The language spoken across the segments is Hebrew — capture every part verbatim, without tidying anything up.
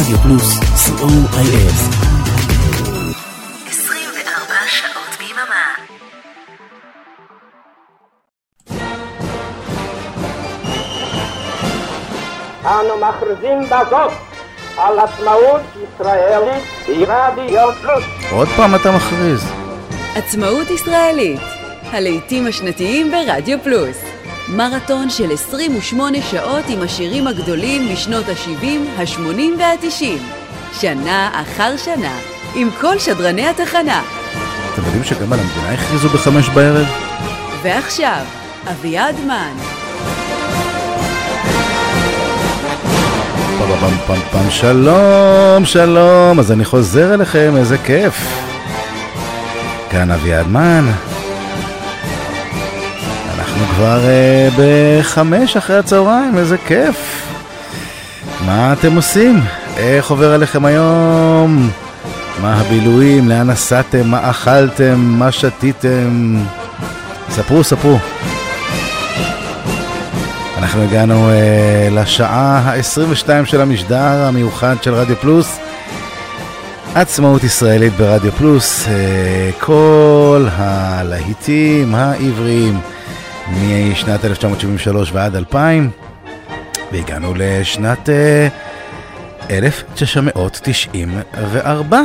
רדיו פלוס, סי או איי אס. עשרים וארבע שעות ביממה. אנו מכריזים בזאת על עצמאות ישראלית ברדיו פלוס. עוד פעם אתה מכריז. עצמאות ישראלית, הלהיטים השנתיים ברדיו פלוס. מרתון של עשרים ושמונה שעות עם השירים הגדולים משנות ה-שבעים, ה-שמונים וה-תשעים. שנה אחר שנה, עם כל שדרני התחנה. אתם יודעים שגם על המדינה הכריזו בחמש בערב? ועכשיו, אביעד מן. פם פם פם, שלום, שלום, אז אני חוזר אליכם, איזה כיף. כאן אביעד מן. אנחנו כבר uh, בחמש אחרי הצהריים, איזה כיף. מה אתם עושים? איך עובר עליכם היום? מה הבילויים? לאן נסעתם? מה אכלתם? מה שתיתם? ספרו, ספרו. אנחנו הגענו uh, לשעה ה-עשרים ושתיים של המשדר המיוחד של רדיו פלוס. עצמאות ישראלית ברדיו פלוס. Uh, כל הלהיטים העבריים משנת אלף תשע מאות שבעים ושלוש ועד אלפיים. והגענו לשנת uh, אלף תשע מאות תשעים וארבע.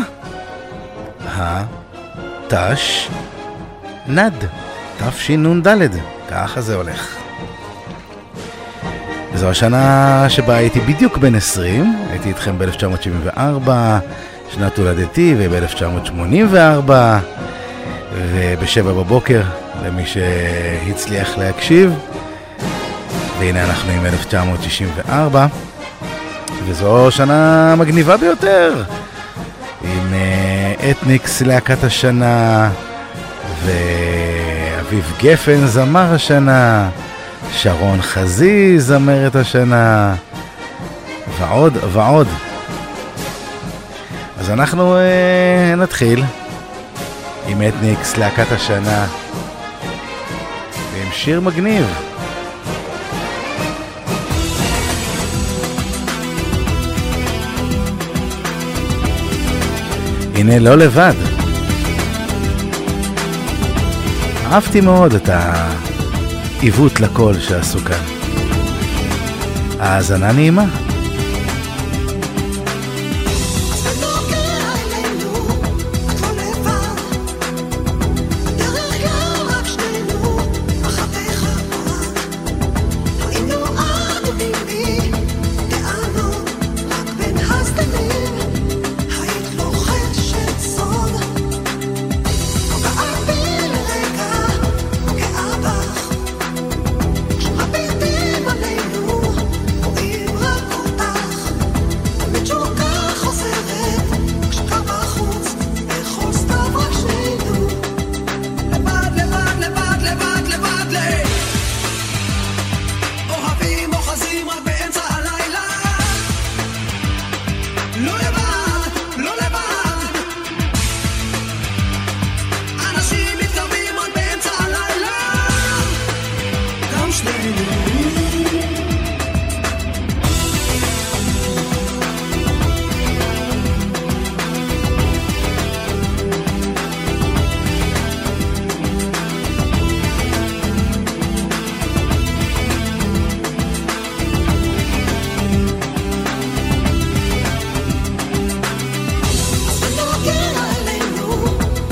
התש נד. תשנ"ד. ככה זה הולך. וזו השנה שבה הייתי בדיוק בן עשרים, הייתי איתכם ב-אלף תשע מאות שבעים וארבע, שנת הולדתי, וב-אלף תשע מאות שמונים וארבע, ובשבע בבוקר, למי שהצליח להקשיב. והנה אנחנו עם אלף תשע מאות שישים וארבע, וזו שנה מגניבה ביותר, עם אתניקס להקת השנה, ואביב גפן זמר השנה, שרון חזי זמרת השנה, ועוד ועוד. אז אנחנו אה, נתחיל עם אתניקס להקת השנה ועם שיר מגניב. הנה לא לבד. אהבתי מאוד את ה... עיוות לקול שעשו כאן. האזנה נעימה.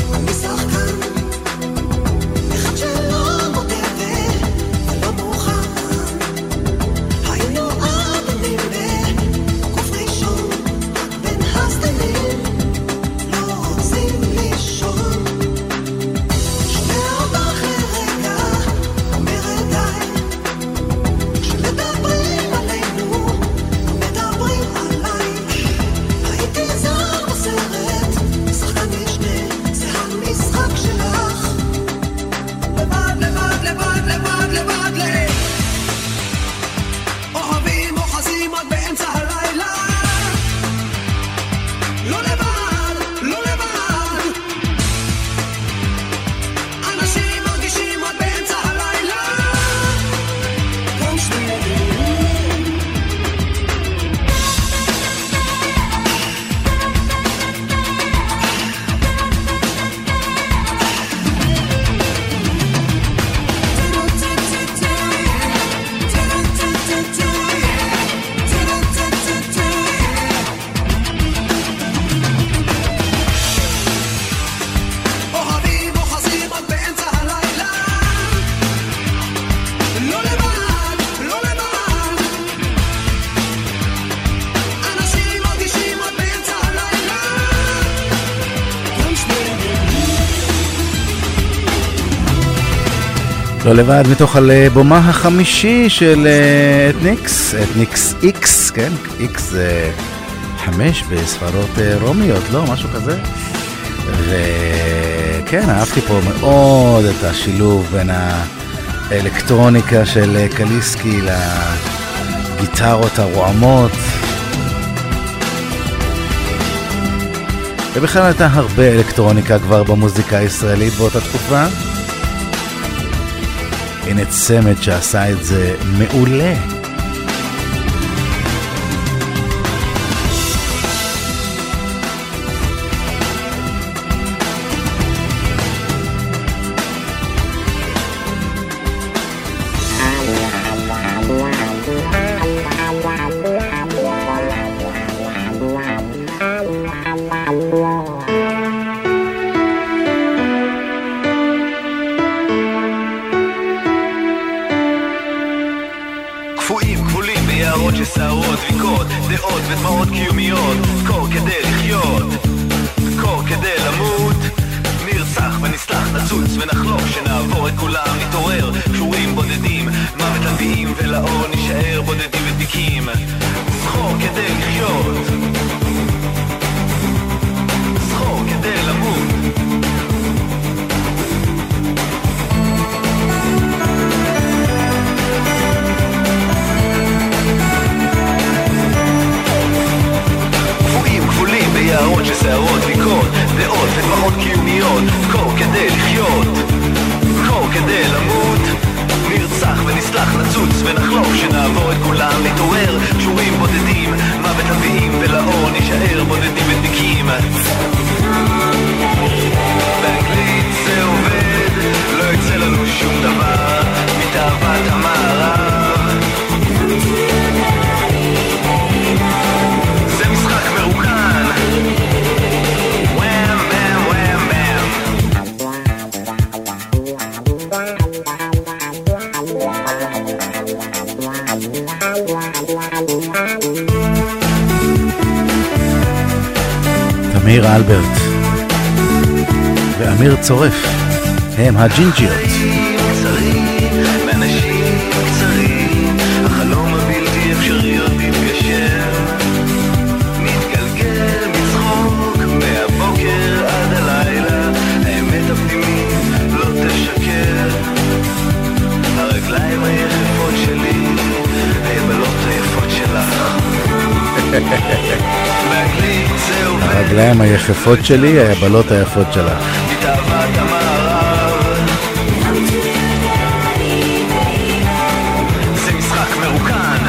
אחד שלא מודה ולא מוכן לא לבד, מתוך אלבומה החמישי של אתניקס, אתניקס איקס, כן? איקס זה חמש בספרות רומיות, לא? משהו כזה. וכן, אהבתי פה מאוד את השילוב בין האלקטרוניקה של קליסקי לגיטרות הרועמות. ובכלל הייתה הרבה אלקטרוניקה כבר במוזיקה הישראלית באותה תקופה. הנה צמד שעשה את זה מעולה. תמיר אלברט ואמיר צורף הם הג'ינג'יות. הרגליים היחפות שלי, היבלות היפות שלך. זה משחק מרוקן.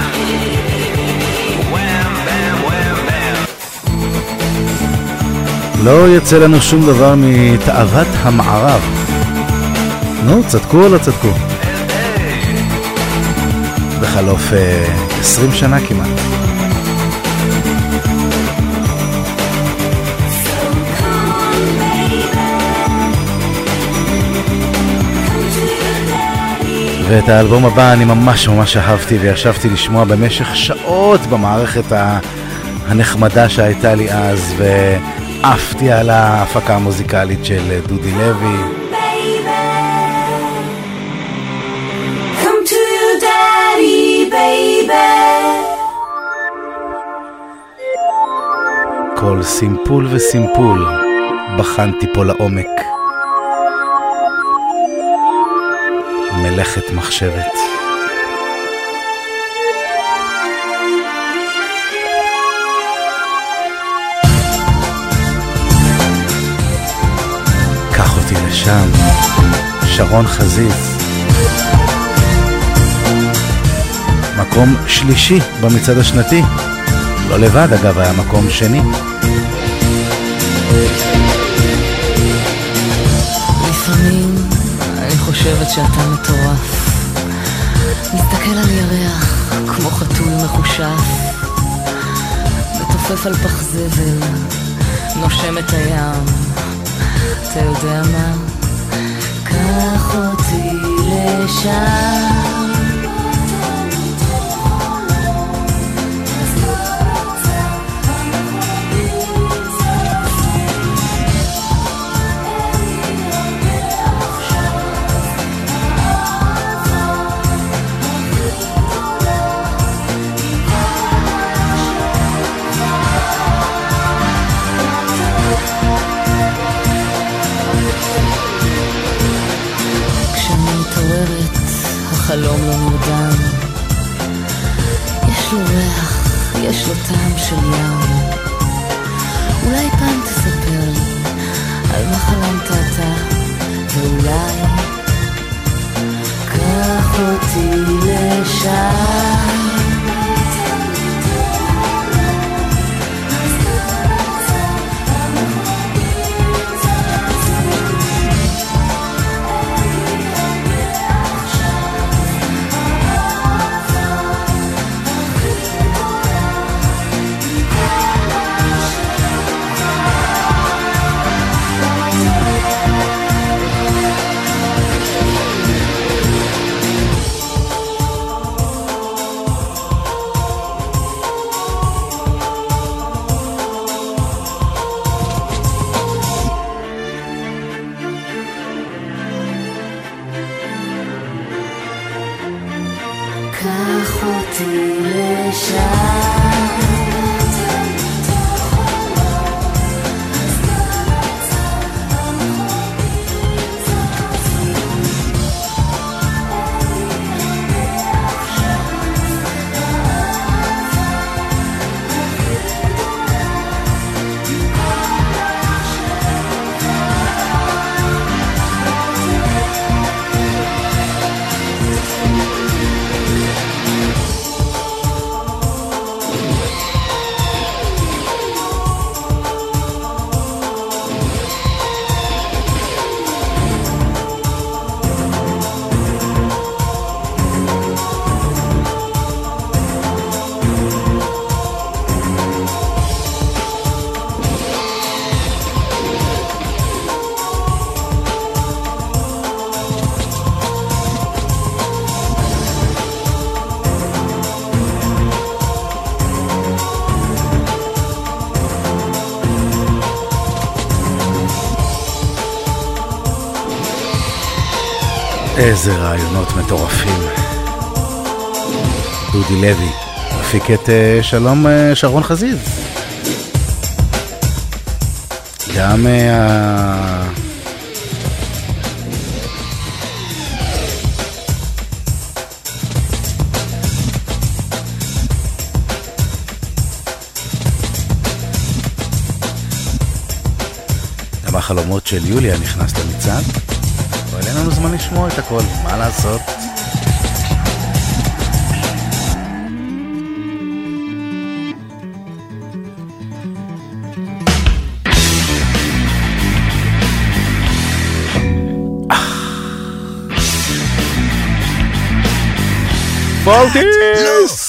לא יצא לנו שום דבר מתאוות המערב. נו, צדקו או לא צדקו? בחלוף עשרים שנה כמעט. ואת האלבום הבא אני ממש ממש אהבתי וישבתי לשמוע במשך שעות במערכת הנחמדה שהייתה לי אז, ועפתי על ההפקה המוזיקלית של דודי לוי. Come to your daddy, baby. כל סימפול וסימפול בחנתי פה לעומק. מלאכת מחשבת. קח אותי לשם, שרון חזיז. מקום שלישי במצעד השנתי. לא לבד, אגב, היה מקום שני. לפעמים אני חושבת שאתה מטורף, מסתכל על ירח כמו חתול מחושף, מתופף על פח זבל, נושם את הים. אתה יודע מה? קח אותי לשם. חלום לא נרדם. יש לו ריח, יש לו טעם של ים. אולי פעם תספר לי על מה חלמת אתה, ואולי קח אותי לשם. איזה רעיונות מטורפים. דודי לוי מפיק את uh, שלום uh, שרון חזיז. גם uh, גם החלומות של יוליה נכנס למצעד. אבל אין לנו זמן לשמוע את הכל, מה לעשות? פולטיס!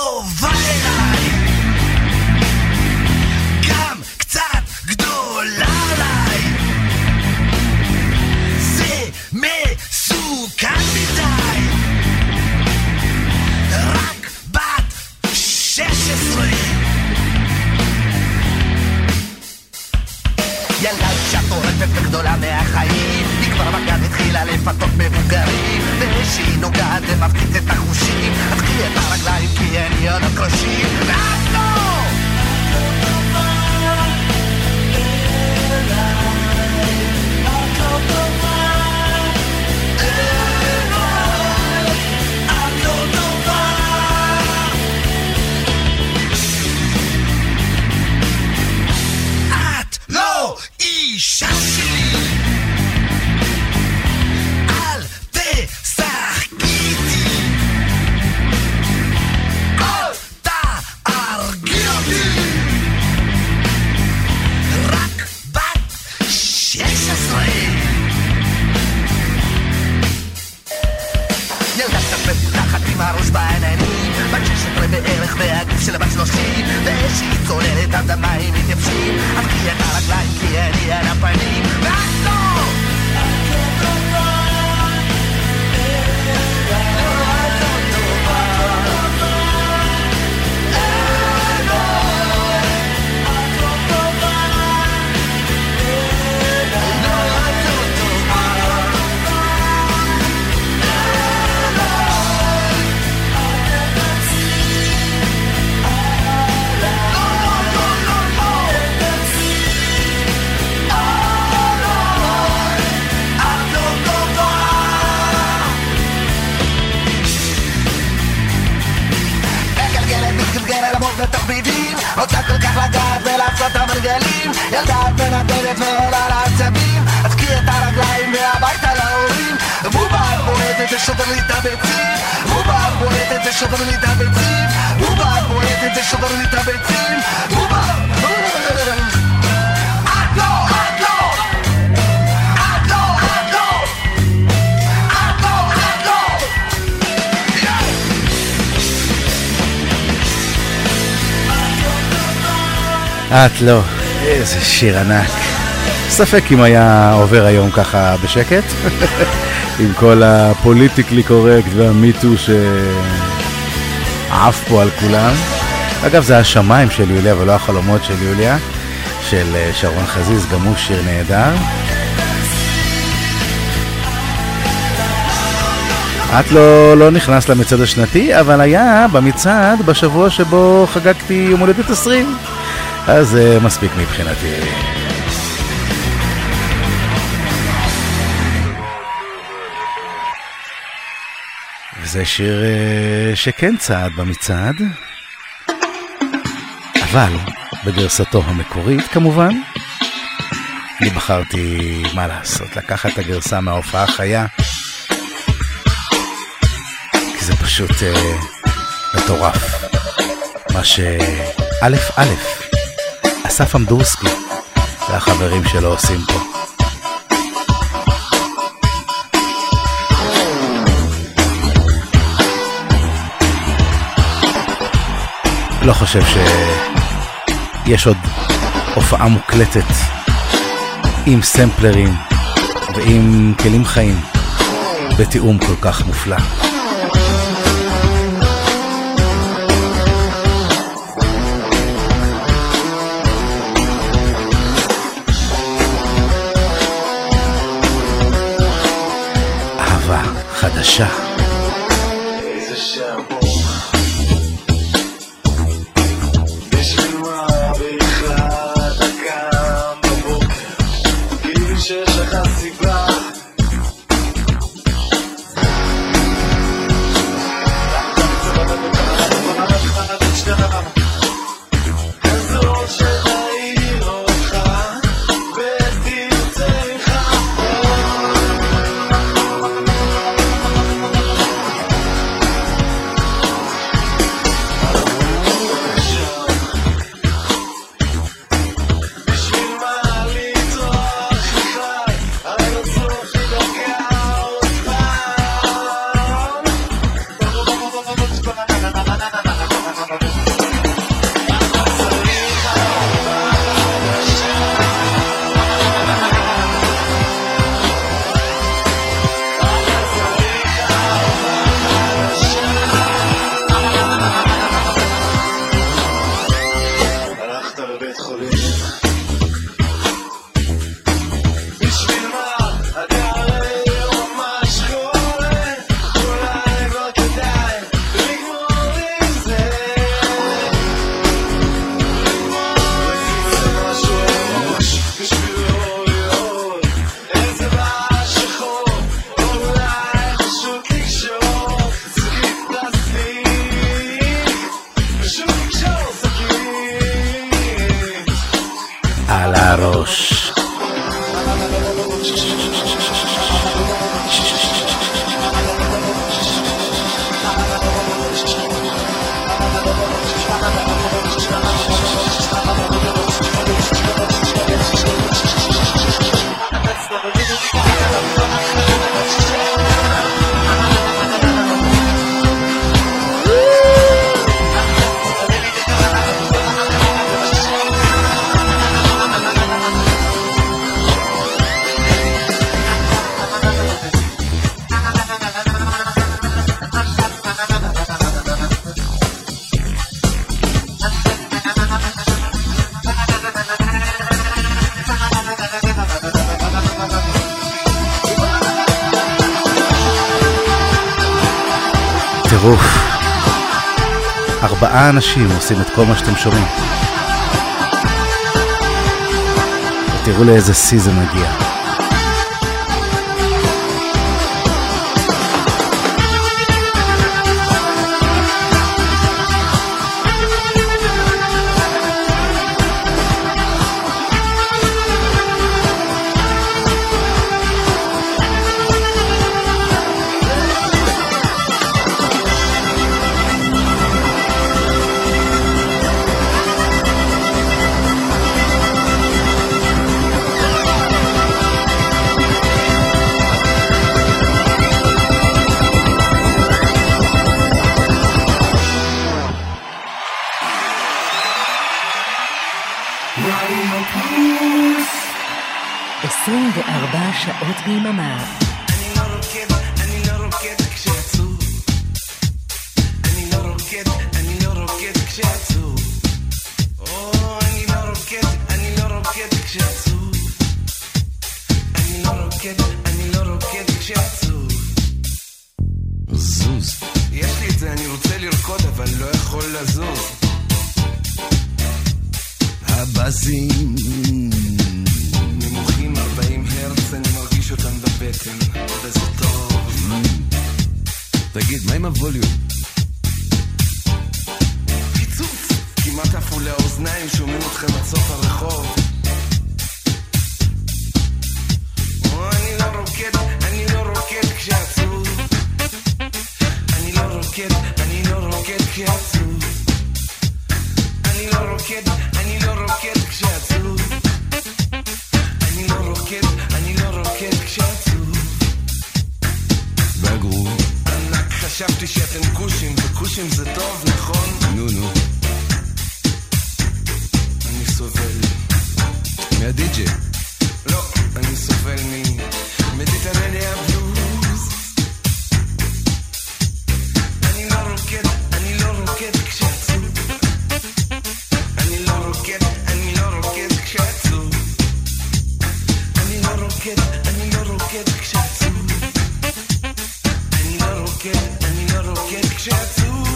גדולה מהחיים, היא כבר מגד התחילה לפתות מבוגרים, ושהיא נוגעת ומפתית את החושים, אז קחי את הרגליים כי אין יונות קרושים, ואת לא! אישה שלי, אל תשחקי איתי, אל תהרגי אותי, רק בת שש עשרה. ילדה קצת מפותחת עם הראש בעיניים, בת שש עשרה בערך והגוף של בת שלושים, ושהיא צוללת עד המים מתייבשים, אז קחי את הרגליים כי אני על הפנים, ואת לא! Oh ותחביבים, רוצה כל כך לגעת ולעשות המרגלים, ילדה את מנדדת ועולה לעצבים, אז קחי את הרגליים והביתה להורים, בובה בועטת ושובר לי את הביצים, בובה בועטת ושובר לי את הביצים, בובה בועטת ושובר לי את הביצים, בובה את לא, את לא, את לא, את לא, את לא, את לא. את לא, איזה שיר ענק. ספק אם היה עובר היום ככה בשקט עם כל הפוליטיקלי קורקט והמיטו שעף פה על כולם. אגב, זה השמיים של יוליה ולא החלומות של יוליה, של שרון חזיז, גם הוא שיר נהדר. את לא, לא נכנס למצעד השנתי, אבל היה במצעד בשבוע שבו חגגתי יום הולדת עשרים, אז uh, מספיק מבחינתי. וזה שיר uh, שכן צעד במצעד, אבל בגרסתו המקורית כמובן. אני בחרתי, מה לעשות, לקחת את הגרסה מההופעה החיה, כי זה פשוט uh, מטורף. מה שא' א' אסף אמדורסקי והחברים שלו עושים פה. לא חושב שיש עוד הופעה מוקלטת עם סמפלרים ועם כלים חיים בתיאום כל כך מופלא. אהבה חדשה. איזה שעבור בשביל מה בכלל אתה קם בבוקר כאילו שיש לך סיבה כזאת שתעיר אותך ותרצה על הראש. טירוף. ארבעה אנשים עושים את כל מה שאתם שומעים. תראו לאיזה שיא זה מגיע. עשרים וארבע שעות ביממה. אני לא רוקד, אני לא רוקד כשעצוב. אני לא רוקד, אני לא רוקד כשעצוב. או, אני לא רוקד, אני לא רוקד כשעצוב. אני לא רוקד, אני לא רוקד כשעצוב. זוז. יש לי את זה, אני רוצה לרקוד, אבל לא יכול לזוז. הבאסים נמוכים ארבעים הרץ, אני מרגיש אותם בבטן, וזה טוב. תגיד, מה עם הווליום? פיצוץ, כמעט עפו לאוזניים, שומעים אתכם עד סוף הרחוב. או, אני לא רוקד, אני לא רוקד כשעצוב. אני לא רוקד, אני לא רוקד כשעצוב. אני לא רוקד, אני לא רוקד כשעצוב. אני לא רוקד, אני לא רוקד כשעצוב. והגרו? ענק, חשבתי שאתם קושים, וקושים זה טוב, נכון? נו נו. אני סובל. מהדי-ג'יי? לא, אני סובל ממדיטרניה בלוז. אני לא רוקד, אני לא רוקד כשעצוב. אני לא רוקד, אני לא רוקד כשעצוב. אני לא רוקד, אני לא רוקד כשעצוב. אני לא רוקד, אני לא רוקד כשעצוב.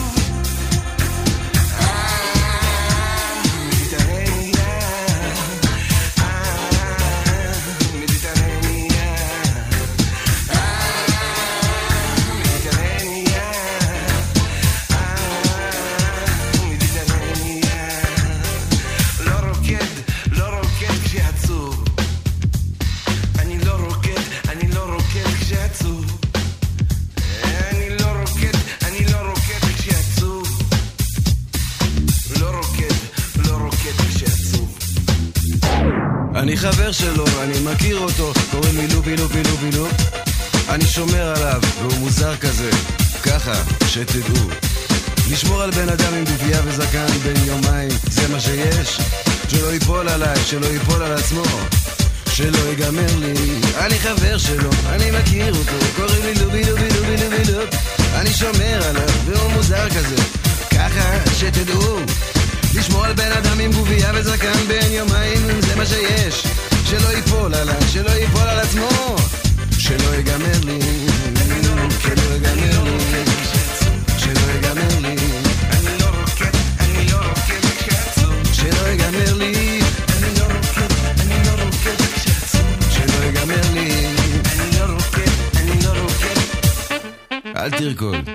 אני חבר שלו, אני מכיר אותו, קוראים לי לופי לופי לופי לופ. אני שומר עליו, והוא מוזר כזה, ככה, שתדעו. לשמור על בן אדם עם גופייה וזקן בין יומיים, זה מה שיש. שלא ייפול עליי, שלא ייפול על עצמו, שלא ייגמר לי. אני חבר שלו, אני מכיר אותו, קוראים לי לופי לופי לופי לופי לופ. אני שומר עליו, והוא מוזר כזה, ככה, שתדעו. לשמור על בן אדם עם גובייה וזקן בין יומיים, זה מה שיש. שלא ייפול עליי, שלא ייפול על עצמו, שלא ייגמר לי, שלא ייגמר לי, שלא ייגמר לי. אני לא רוקד, אני לא רוקד כשעצוב. שלא ייגמר לי, אני לא רוקד, אני לא רוקד כשעצוב. שלא ייגמר לי, אני לא רוקד, אני לא רוקד. אל תרקוד.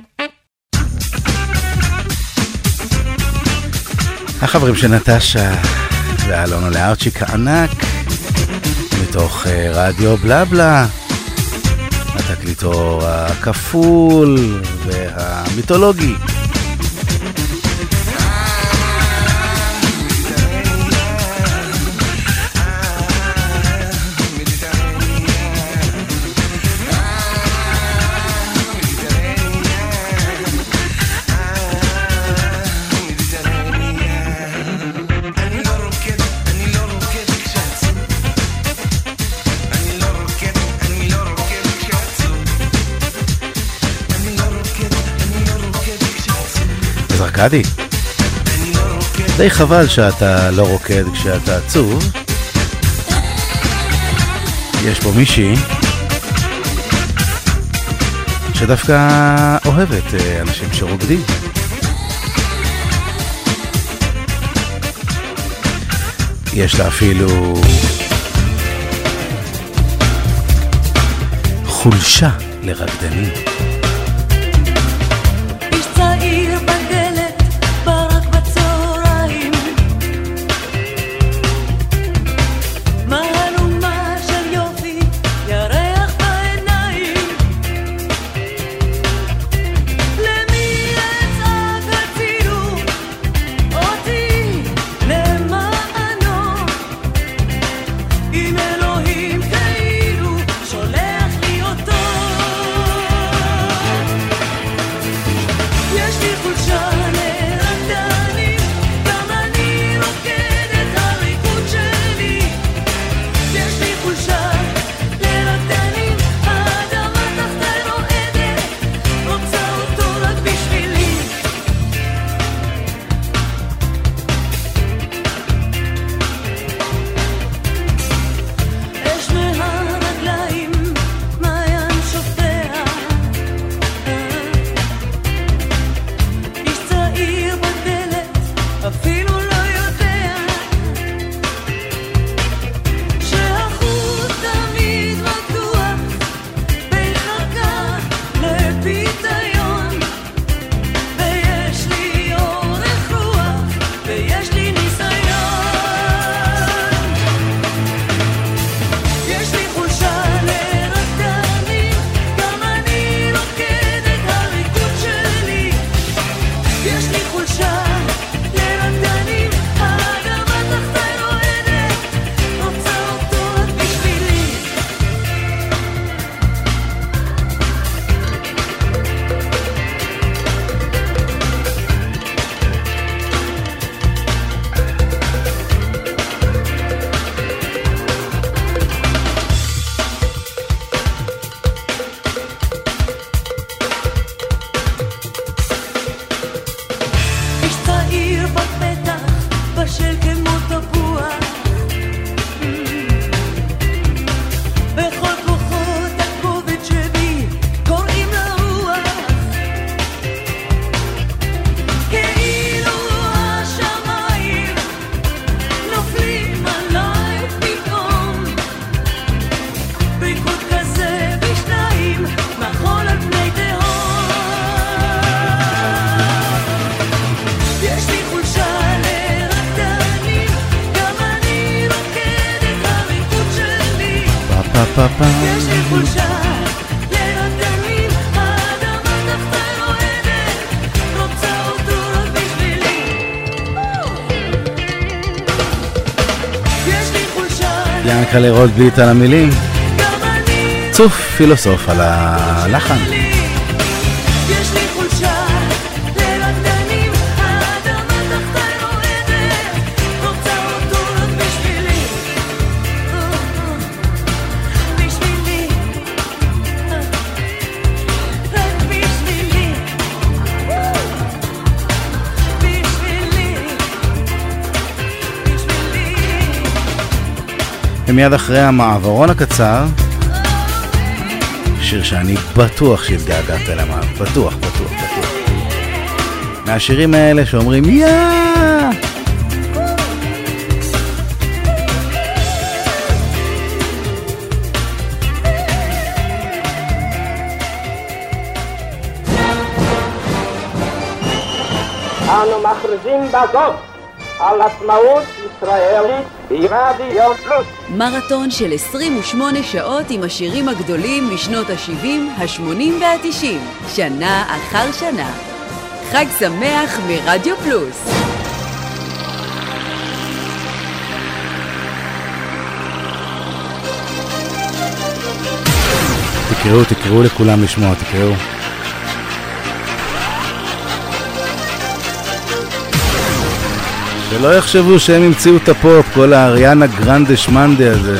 החברים של נטשה ואלונו לארצ'יק הענק מתוך רדיו בלה בלה, התקליטור הכפול והמיתולוגי. קדי, די חבל שאתה לא רוקד כשאתה עצוב. יש פה מישהי שדווקא אוהבת אנשים שרוקדים. יש לה אפילו חולשה לרקדנים. אם אלוהים כאילו שולח לי אותו אפילו לא יודע שהחוט תמיד מתוח בחכה לפיתיון, ויש לי אורך רוח ויש לי ניסיון, יש לי חולשה לרקדנים, גם אני רוקד את הריקוד שלי, יש לי חולשה לרקדנים, האדמה תחתיי רועדת, רוצה אותו רק בשבילי. איש צעיר בפתח, בשל כמו תפוח, בכל כוחות הכובד שבי קוראים לרוח, כאילו השמיים נופלים עליי פתאום, ריקוד כזה בשניים, מחול על פני תהום. יש לי חולשה לרקדנים, גם אני רוקד את הריקוד שלי, פה פה פה. יש לי חולשה לרקדנים, האדמה תחתיי רועדת, רוצה אותו רק בשבילי. יש לי חולשה ינקלה רוטבליט על המילים, גם אני צוף פילוסוף על הלחן. יש לי חולשה לרקדנים, האדמה תחתיי רועדת, רוצה אותו רק בשבילי, בשבילי, רק בשבילי, בשבילי, בשבילי. ומיד אחרי המעברון הקצר, שיר שאני בטוח שהתגעגעת אליו, בטוח, בטוח, בטוח. מהשירים האלה שאומרים יא! אנו מכריזים בזאת על עצמאות ישראלית ברדיו פלוס. מרתון של עשרים ושמונה שעות עם השירים הגדולים משנות ה-שבעים, ה-שמונים וה-תשעים, שנה אחר שנה. חג שמח מרדיו פלוס. תקראו, תקראו לכולם לשמוע, תקראו. שלא יחשבו שהם המציאו את הפופ, כל האריאנה גרנדה שמנדה הזה.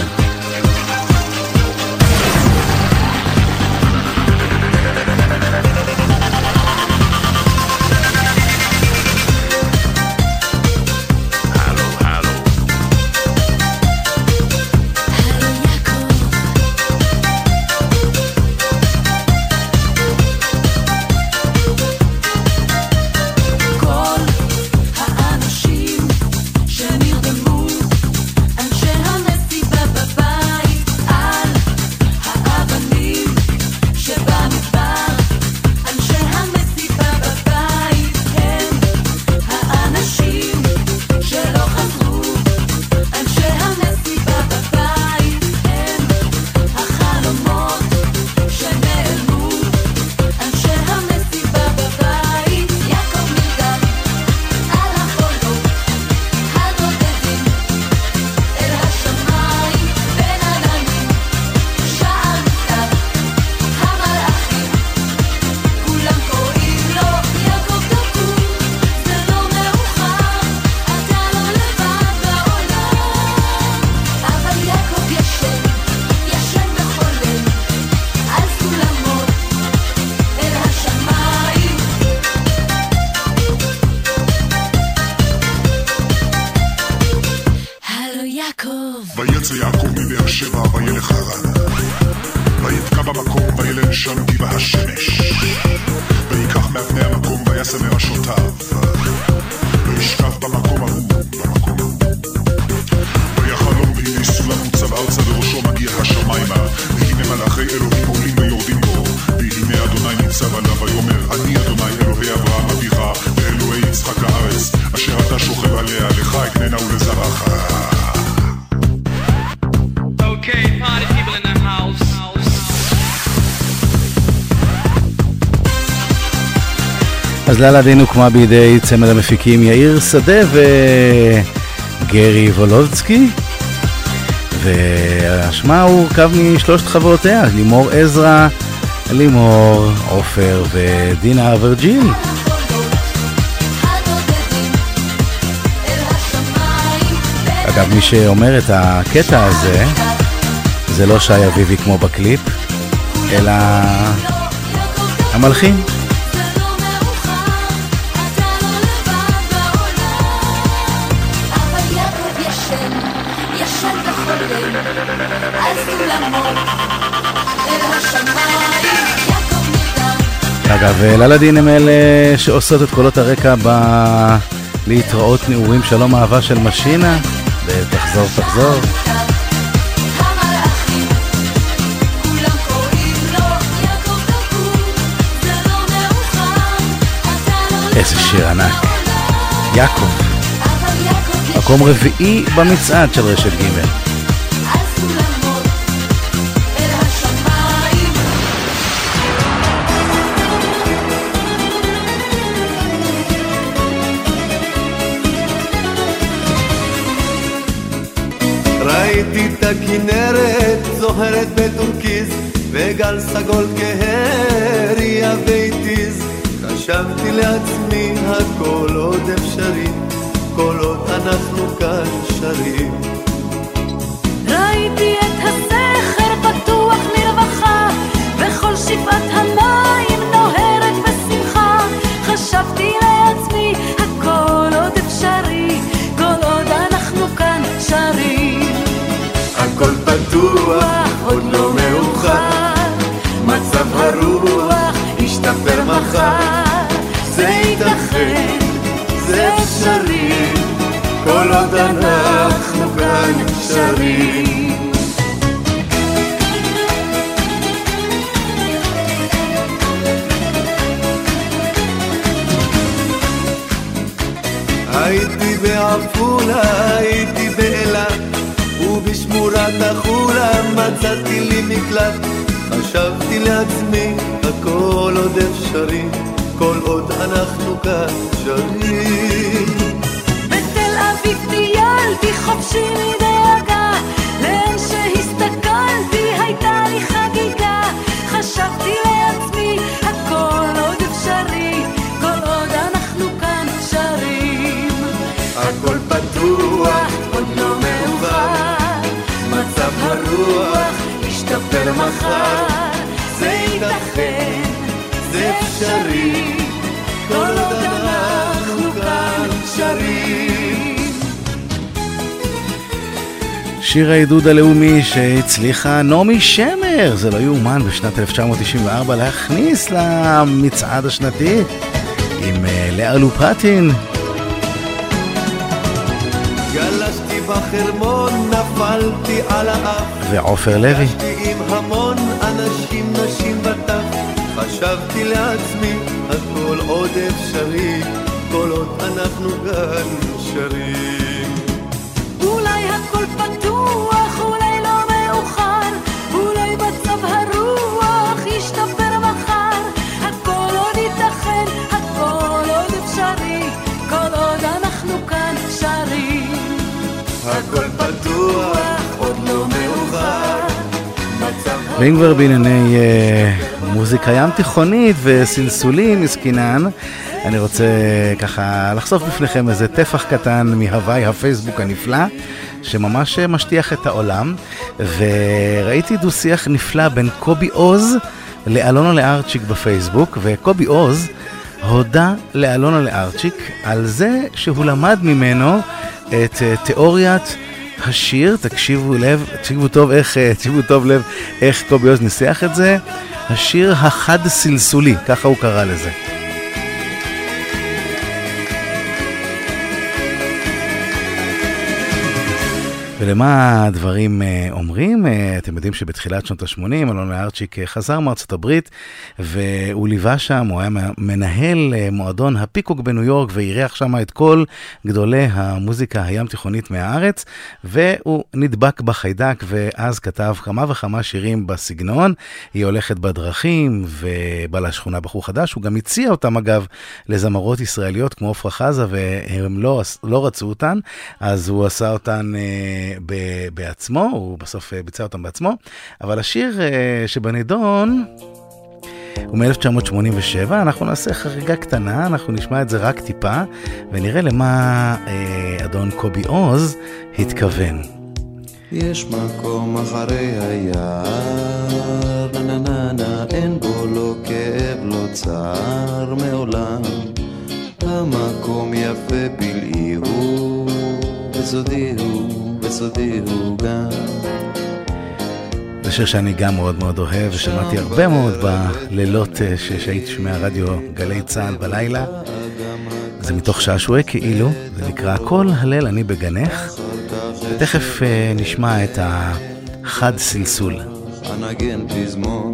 ויצא יעקב מבאר שבע וילך הרן, ויתקע במקום וילן שם גבעה השמש, ויקח מאבני המקום וישם מראשותיו, וישכב במקום אז לאלאדין הוקמה בידי צמד המפיקים יאיר שדה וגרי וולובסקי, והשמה הוא הורכב משלושת חברותיה, לימור עזרא, לימור, עופר ודינה אברג'יל. אגב, מי שאומר את הקטע הזה זה לא שי אביבי כמו בקליפ, אלא המלחין. אגב, לאלאדין הם אלה שעושות את קולות הרקע ב... להתראות נעורים שלום אהבה של משינה ותחזור תחזור. איזה שיר ענק, יעקב, מקום רביעי במצעד של רשת ג'. ראיתי את הכנרת זוהרת בטורקיז וגל סגול כהריה והתיז, חשבתי לעצמי הכל עוד אפשרי כל עוד אנחנו כאן שרים. ראיתי את הסכר פתוח לרווחה וכל שפעת המים נוהרת בשמחה, חשבתי לעצמי הכל עוד אפשרי כל עוד אנחנו כאן שרים. הכל פתוח, עוד לא מאוחר, מצב הרוח ישתפר מחר, זה ייתכן, זה אפשרי, כל עוד אנחנו כאן שרים. הייתי בעפולה, הייתי באילת ובשמורת החולה מצאתי לי מקלט, חשבתי לעצמי הכל עוד אפשרי כל עוד אנחנו כאן שרים. בתל אביב טיילתי חופשי מדאגה, לאן שהסתכלתי הייתה לי חגיגה, חשבתי לעצמי הכל עוד אפשרי כל עוד אנחנו כאן שרים. הכל פתוח, עוד לא מאוחר, מצב הרוח ישתפר מחר, זה ייתכן, זה אפשרי, כל עוד אנחנו כאן שרים. שיר העידוד הלאומי שהצליחה נעמי שמר, זה לא יאומן, בשנת אלף תשע מאות תשעים וארבע להכניס למצעד השנתי עם לאה לופטין. גלשתי בחרמון, נפלתי על האף, ועופר לוי. גלשתי עם המון אנשים, נשים וטף, חשבתי לעצמי הכל עוד אפשרי כל עוד אנחנו כאן שרים. אולי הכל פתוח, אולי לא מאוחר, אולי מצב הרוח ישתפר מחר, הכל עוד ייתכן, הכל עוד אפשרי כל עוד אנחנו כאן שרים. הכל פתוח, עוד לא מאוחר, מצב ואם כבר בענייני uh, מוזיקה ים תיכונית וסלסולים מסקינן, אני רוצה ככה לחשוף בפניכם איזה טפח קטן מהוואי הפייסבוק הנפלא שממש משטיח את העולם, וראיתי דו שיח נפלא בין קובי עוז לאלונה לארצ'יק בפייסבוק, וקובי עוז הודה לאלונה לארצ'יק על זה שהוא למד ממנו את תיאוריית השיר. תקשיבו לב, תקשיבו טוב איך, תקשיבו טוב לב איך קובי עוז ניסח את זה, השיר החד סלסולי, ככה הוא קרא לזה. ולמה הדברים אומרים? אתם יודעים שבתחילת שנות ה-שמונים אלון ארצ'יק חזר מארצות הברית, והוא ליווה שם, הוא היה מנהל מועדון הפיקוק בניו יורק, ואירח שם את כל גדולי המוזיקה הים תיכונית מהארץ, והוא נדבק בחיידק, ואז כתב כמה וכמה שירים בסגנון. היא הולכת בדרכים, ובא לשכונה בחור חדש. הוא גם הציע אותם אגב לזמרות ישראליות כמו עפרה חזה, והם לא, לא רצו אותן, אז הוא עשה אותן ב- בעצמו, הוא בסוף ביצע אותם בעצמו, אבל השיר שבנידון הוא מ-אלף תשע מאות שמונים ושבע, אנחנו נעשה חריגה קטנה, אנחנו נשמע את זה רק טיפה, ונראה למה אדון קובי עוז התכוון. יש מקום אחרי היער, נה נה נה, אין בו לא כאב, לא צער מעולם, המקום יפה פלאי הוא, וסודי הוא, וסודי הוא גם. זה שיר שאני גם מאוד מאוד אוהב, ושמעתי הרבה מאוד בלילות שהייתי שומע רדיו גלי צהל בלילה. זה מתוך שעשועי כאילו, זה נקרא כל הליל אני בגנך, ותכף נשמע את החד סלסול. הנגן פזמון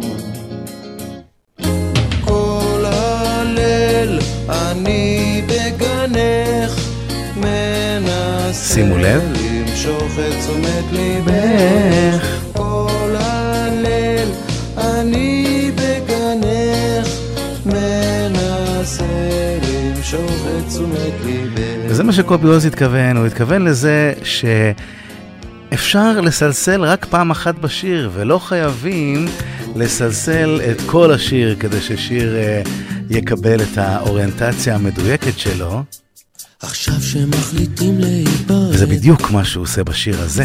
כל הליל אני בגנך, מנסה שימו לב למשוך את תשומת ליבך, כל הליל אני בגנך, מנסה למשוך את תשומת ליבך. וזה מה שקובי עוז התכוון, הוא התכוון לזה שאפשר לסלסל רק פעם אחת בשיר, ולא חייבים לסלסל את כל השיר כדי ששיר יקבל את האוריינטציה המדויקת שלו. עכשיו שמחליטים להיפרד, וזה בדיוק מה שהוא עושה בשיר הזה,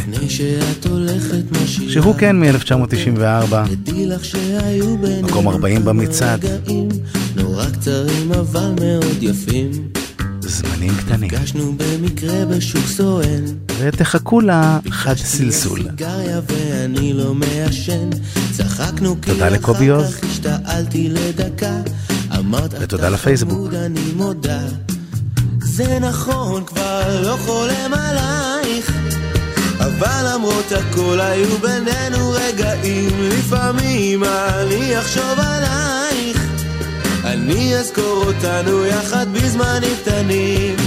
שהוא כן מ-אלף תשע מאות תשעים וארבע, מקום ארבעים במצעד, נורא קצרים אבל מאוד יפים, זמנים קטנים, נפגשנו במקרה בשוק סואן, ותחכו לחד סלסול. ואני לא מעשן, צחקנו תודה לקובי עוז, השתעלתי לדקה, אמרת ותודה לפייסבוק. אני מודה, זה נכון, כבר לא חולם עלייך, אבל למרות הכל היו בינינו רגעים, לפעמים אני אחשוב עלייך, אני אזכור אותנו יחד בזמנים קטנים.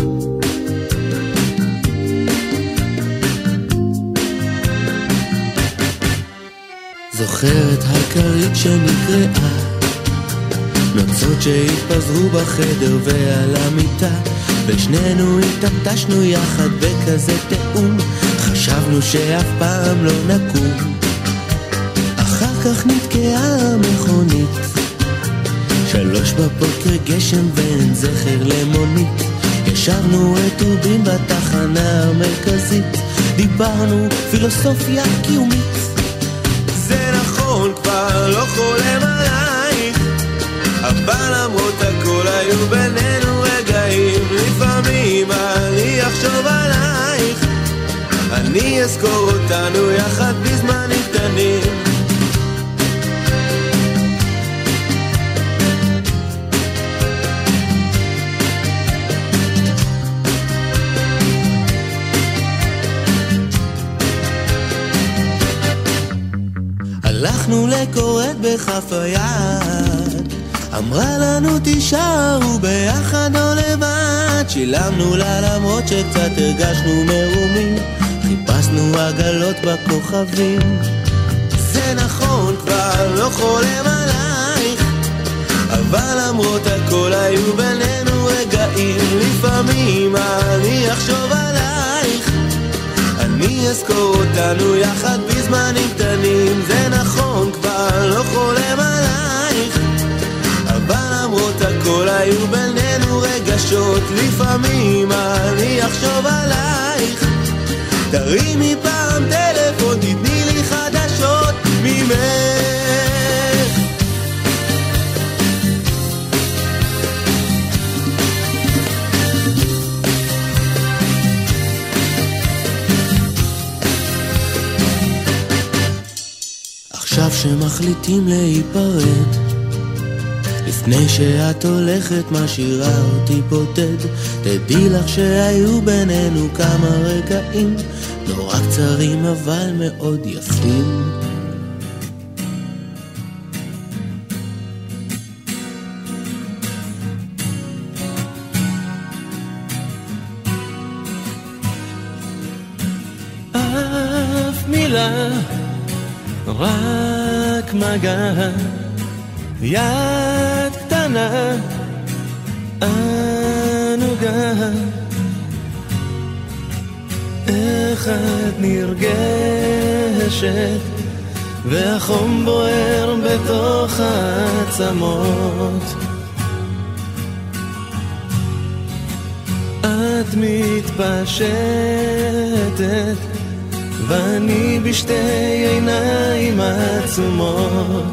זוכרת הכרית שנקראה, נוצות שהתפזרו בחדר ועל המיטה, ושנינו התעטשנו יחד בכזה תאום, חשבנו שאף פעם לא נקום. אחר כך נתקעה המכונית, שלוש בבוקר גשם ואין זכר למונית, ישבנו רטובים בתחנה המרכזית, דיברנו פילוסופיה קיומית. זה נכון, כבר לא חולם עלייך, אבל למרות הכל היו בינינו רגעים, לפעמים אני אחשוב עלייך, אני אזכור אותנו יחד בזמנים קטנים. הלכנו לקורת בכף היד, אמרה לנו תישארו ביחד או לבד, שילמנו לה למרות שקצת הרגשנו מרומים, חיפשנו עגלות בכוכבים. זה נכון, כבר לא חולם עלייך, אבל למרות הכל היו בינינו רגעים, לפעמים אני אחשוב עלייך, אני אזכור אותנו יחד בזמנים קטנים. זה נכון, כבר לא חולם עלייך, אבל למרות הכל היו בינינו רגשות, לפעמים אני אחשוב עלייך, תרימי פעם טלפון, תתני לי חדשות ממך. עכשיו שמחליטים להיפרד, לפני שאת הולכת משאירה אותי בודד, תדעי לך שהיו בינינו כמה רגעים נורא קצרים אבל מאוד יפים. אף מילה, רק מגע, יד קטנה, ענוגה, איך את נרגשת והחום בוער בתוך העצמות, את מתפשטת ואני בשתי עיניים עצומות.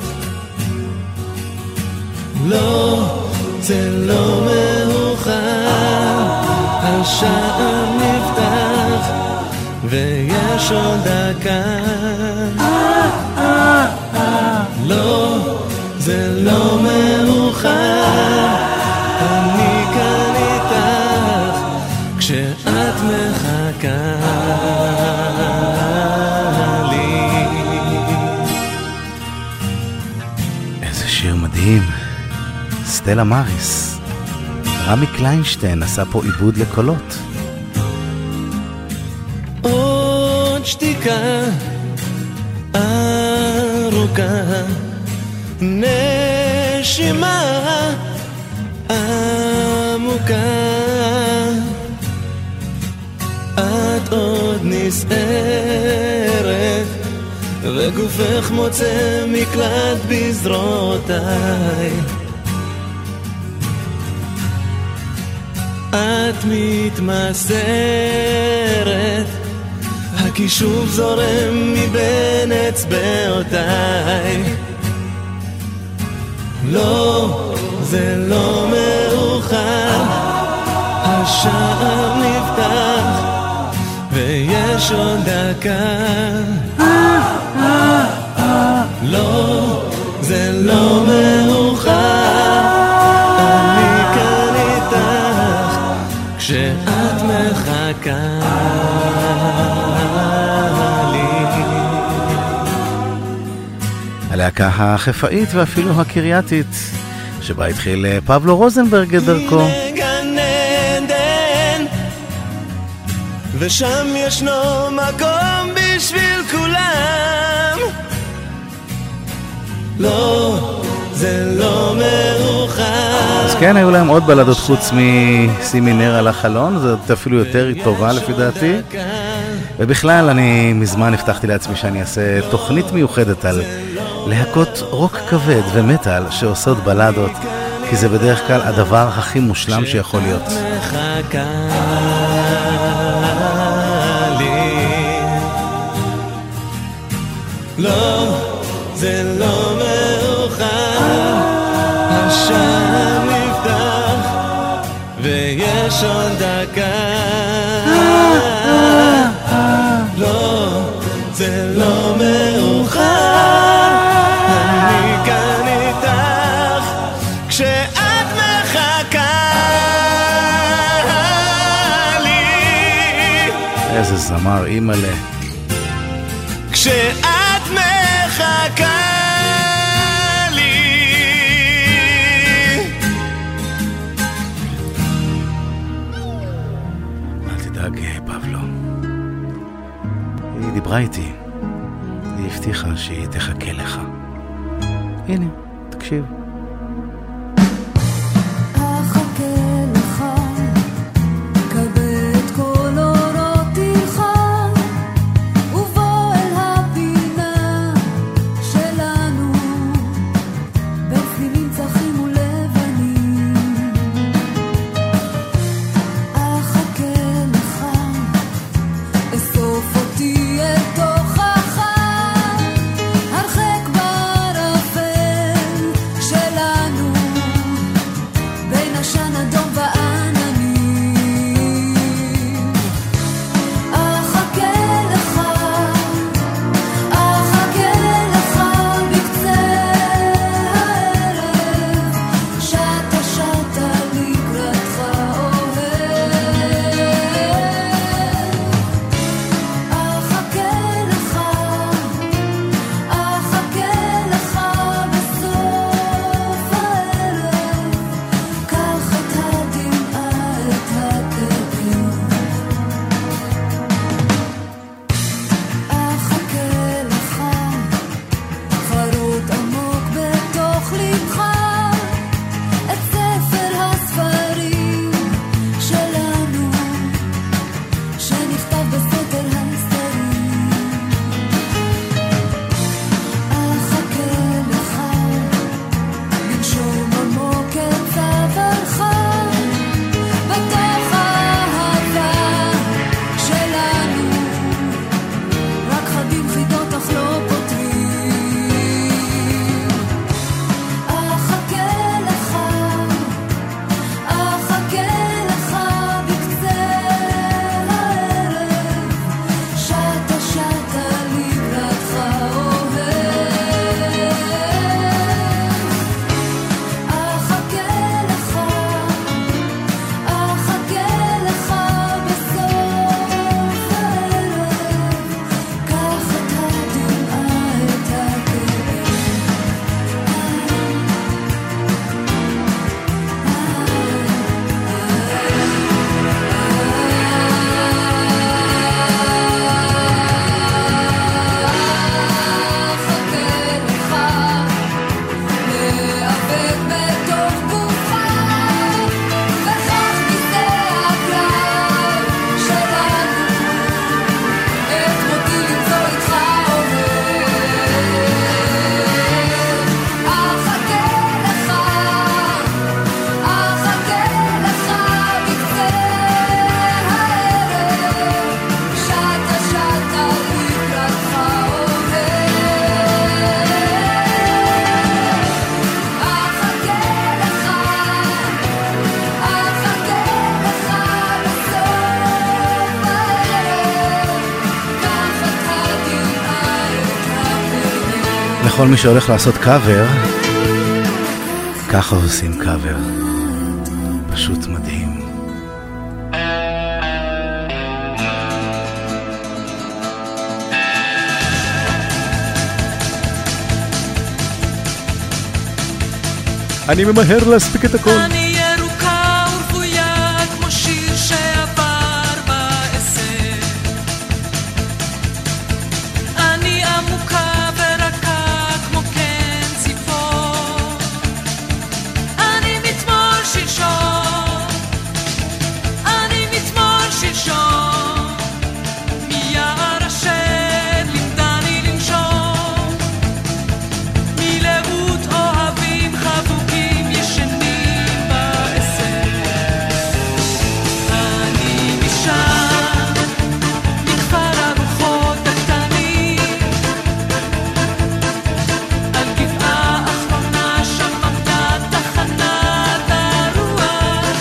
לא, זה לא מאוחר, השער נפתח ויש עוד דקה. לא, זה לא מאוחר, אני כאן איתך כשאת מחכה לי. איזה שיר מדהים, סטלה מאריס. רמי קליינשטיין עשה פה עיבוד לקולות. עוד שתיקה ארוכה, נשימה עמוקה, את עוד נסערת וגופך מוצא מקלט בזרועותיי, את מתמסרת, הכישוף זורם מבין אצבעותיי. לא, זה לא מאוחר, השער נפתח ויש עוד דקה. לא, זה לא מאוחר, אני כאן איתך כשאת מחכה לי. הלהקה החיפאית ואפילו הקרייתית שבה התחיל פבלו רוזנברג את דרכו. גן עדן, ושם ישנו מקום בשביל כולם. לא, זה לא מאוחר. אז כן, היו להם עוד בלדות חוץ משימי נר על החלון, זאת אפילו יותר טובה לפי דעתי. ובכלל אני מזמן הבטחתי לעצמי שאני אעשה תוכנית מיוחדת על להקות רוק כבד ומטל שעושות בלדות, כי זה בדרך כלל הדבר הכי מושלם שיכול להיות. לא, זה לא מאוחר, השער נפתח ויש עוד דקה. לא, זה לא מאוחר, אני כאן איתך כשאת מחכה לי. איזה זמר אימאלה. כשאת מחכה לי. אל תדאג פבלו, היא דיברה איתי, היא הבטיחה שהיא תחכה לך. הנה, תקשיב. תוכחה הרחק בערפל לכל מי שהולך לעשות קאבר, ככה עושים קאבר. פשוט מדהים. אני ממהר להספיק את הכל. אני ירוקה ורפויה כמו שיר שעבר בעשר. אני עמוקה ורקה כמו כן ציפור. אני מתמול שלשום, אני מתמול שלשום. מיער השד לימדני לנשום, מלאות אוהבים חבוקים ישנים בעשר. אני משם, מכפר הרוחות הקטנים, על גבעה אחרונה שם עמדה תחנת הרוח,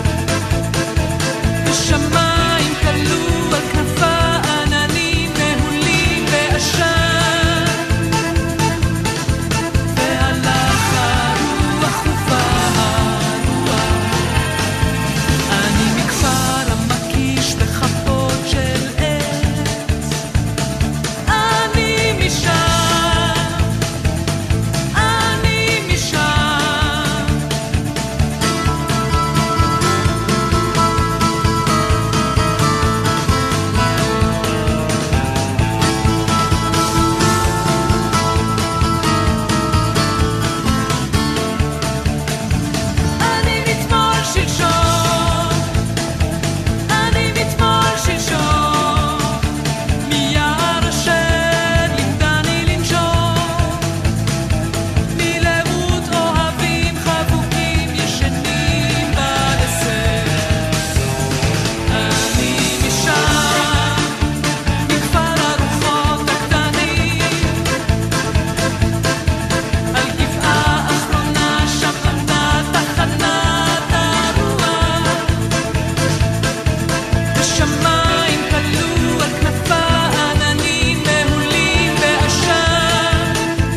בשמיים כלו על כנפה עננים מהולים בעשן, והלך הרוח ובא הרוח. אני מכפר המקיש בחפות של עץ, אני משם, אני משם. אני מתמול שלשום, אני מתמול שלשום. מיער השד לימדני לנשום, מלאות אוהבים חבוקים ישנים בעשר. אני משם, מכפר הרוחות הקטנים, על גבעה אחרונה שם עמדה תחנת הרוח, בשמיים כלו על כנפה עננים מהולים בעשן,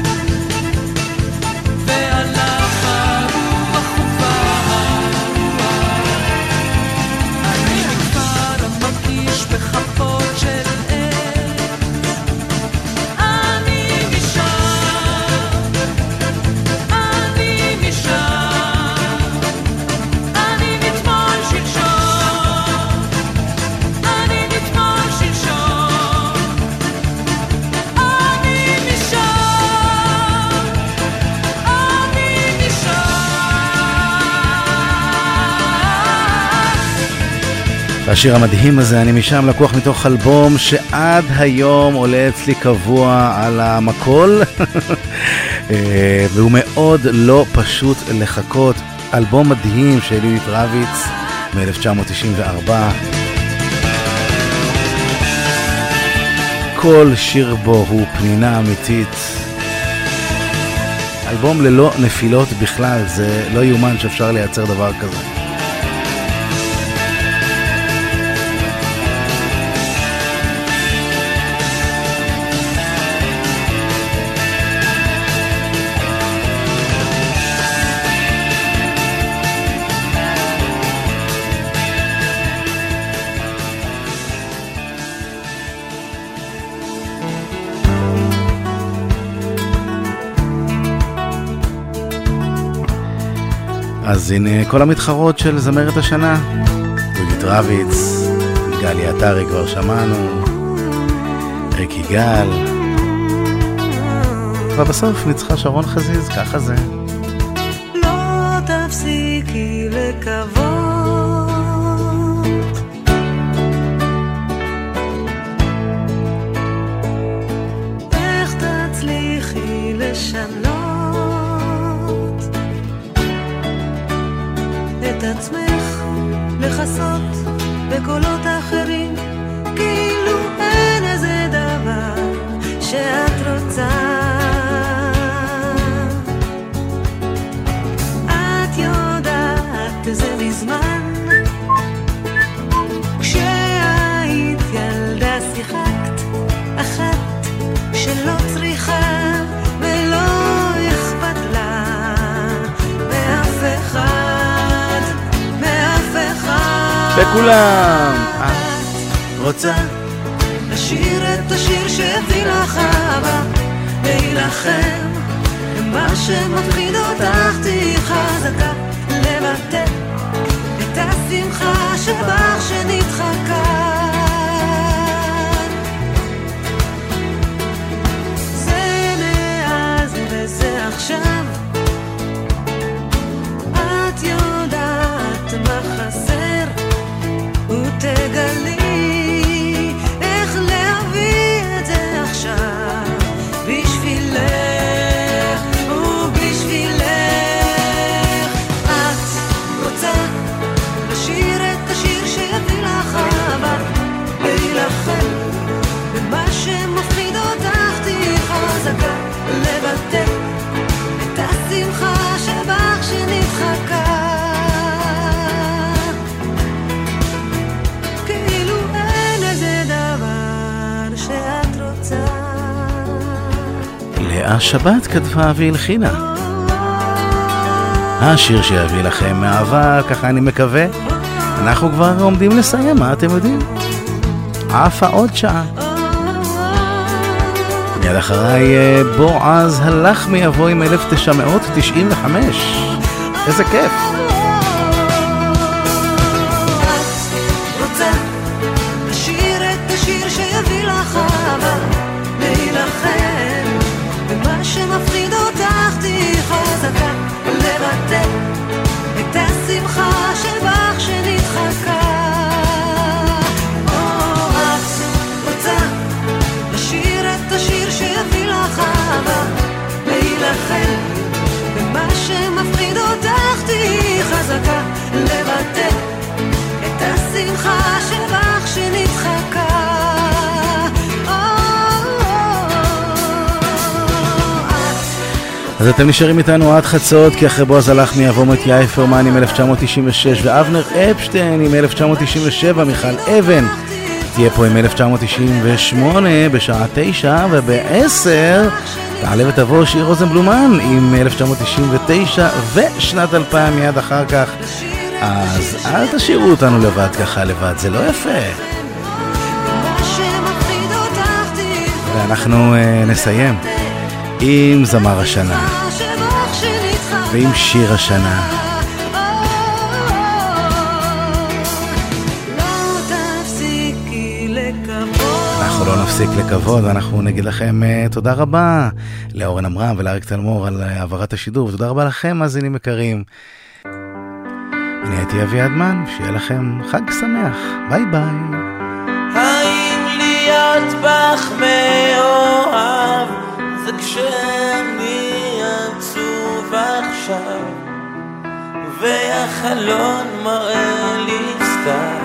והלך הרוח ובא הרוח. אני מכפר המקיש בחפות של עץ, אני משם, אני משם. אני מתמול שלשום, אני מתמול שלשום. אני משם, אני משם. השיר המדהים הזה, אני משם, לקוח מתוך אלבום שעד היום עולה אצלי קבוע על המקול. אה, והוא מאוד לא פשוט לחכות. אלבום מדהים של יהודית רביץ מ-אלף תשע מאות תשעים וארבע. כל שיר בו הוא פנינה אמיתית. אלבום ללא נפילות בכלל, זה לא יאומן שאפשר לייצר דבר כזה. אז הנה כל המתחרות של זמרת השנה. יהודית רביץ, גלי עטרי כבר שמענו, ריק יגאל, ובסוף ניצחה שרון חזיז, ככה זה. לא תפסיקי לקוות, איך תצליחי לשנות את עצמך, לחסות בקולות אחרים, כאילו אין איזה דבר שאת רוצה. את יודעת זה מזמן, כשהיית ילדה שיחקת אחת שלא צריכה ולא וכולם. את רוצה לשיר את השיר שהביא לך אבא, להילחם מה שמפחיד אותך, תהי חזקה, לבטא את השמחה שבך שנדחקה. זה מאז וזה עכשיו, את יודעת מה חסר ותגלי איך להביא את זה עכשיו בשבילך ובשבילך. את רוצה לשיר את השיר שיביא לך אבא, להילחם במה שמפחיד אותך, תהי חזקה, לבטא את השמחה שבך שנדחקה. כאילו אין איזה דבר שאת רוצה. לאה שבת כתבה והלחינה. השיר שיביא לכם מאהבה, ככה אני מקווה. אנחנו כבר עומדים לסיים, מה אתם יודעים? עפה עוד שעה. מיד אחריי בועז הלך מיבוא עם אלף תשע מאות תשעים וחמש. איזה כיף. רוצה לשיר את השיר שיביא לך אהבה, להילחם במה שמפחיד אותך, תהי חזקה, לבטא את השמחה שבך שנדחקה. את רוצה לשיר את השיר שיביא לך אהבה, להילחם במה שמפחיד אותך, תהי חזקה, לבטא את השמחה שבך שנדחקה. אז אתם נשארים איתנו עד חצות, כי אחרי בועז הלך מיבוא את יאיר פרמן עם אלף תשע מאות תשעים ושש ואבנר אפשטיין עם אלף תשע מאות תשעים ושבע, מיכל אבן תהיה פה עם אלף תשע מאות תשעים ושמונה בשעה תשע, ובעשר תעלה ותבוא שיר רוזנבלומן עם אלף תשע מאות תשעים ותשע ושנת אלפיים מיד אחר כך. אז אל תשאירו אותנו לבד ככה לבד, זה לא יפה. ואנחנו uh, נסיים עם זמר השנה ועם שיר השנה. אנחנו לא נפסיק לקוות, ואנחנו נגיד לכם uh, תודה רבה לאורן אמרם ולאריק תלמור על uh, העברת השידור, ותודה רבה לכם מאזינים יקרים. אני הייתי אבי אדמן, שיהיה לכם חג שמח, ביי ביי. האם להיות בך מאוהב זה כשאני עצוב עכשיו והחלון מראה לי סתם,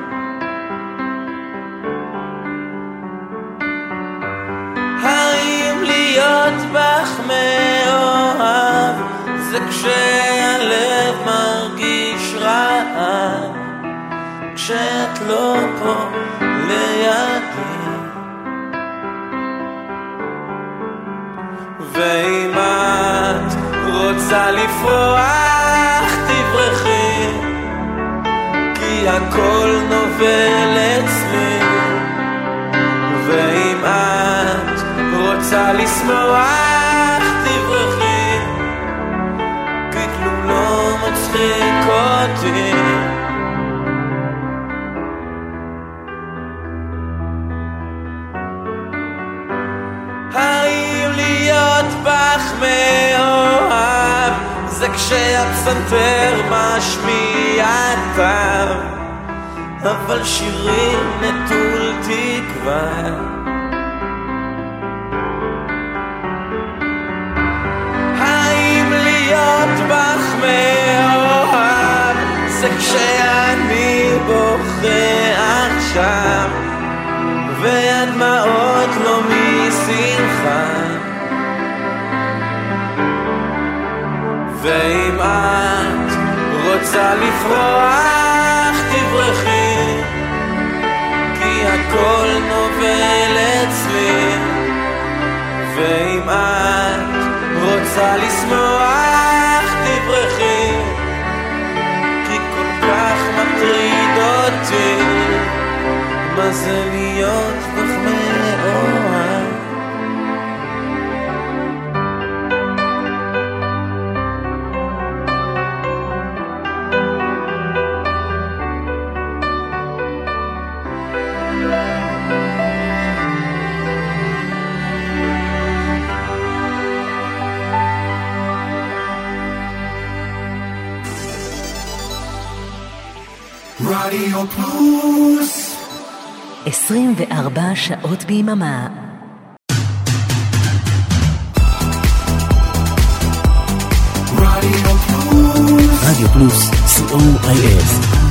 האם להיות בך מאוהב זה כשהלב מרגיש רעב כשאת לא פה לידי, ואם את רוצה לפרוח תברחי כי הכל נובל אצלי, ואם את רוצה לשמוח תברחי כי כלום לא מצחיק אותי. האם להיות בך מאוהב זה כשהפסנתר משמיע טעם אבל שירים נטול תקווה, האם להיות בך מאוהב זה כשאני בוכה עכשיו והדמעות לא משמחה, ואם את רוצה לפרוח תברחי כי הכל נובל אצלי, ואם את רוצה לשמוח תברחי כי כל כך מטריד אותי. מה זה להיות כך מאוהב. רדיו פלוס עשרים וארבע שעות ביממה. רדיו פלוס רדיו פלוס, סי או איי אס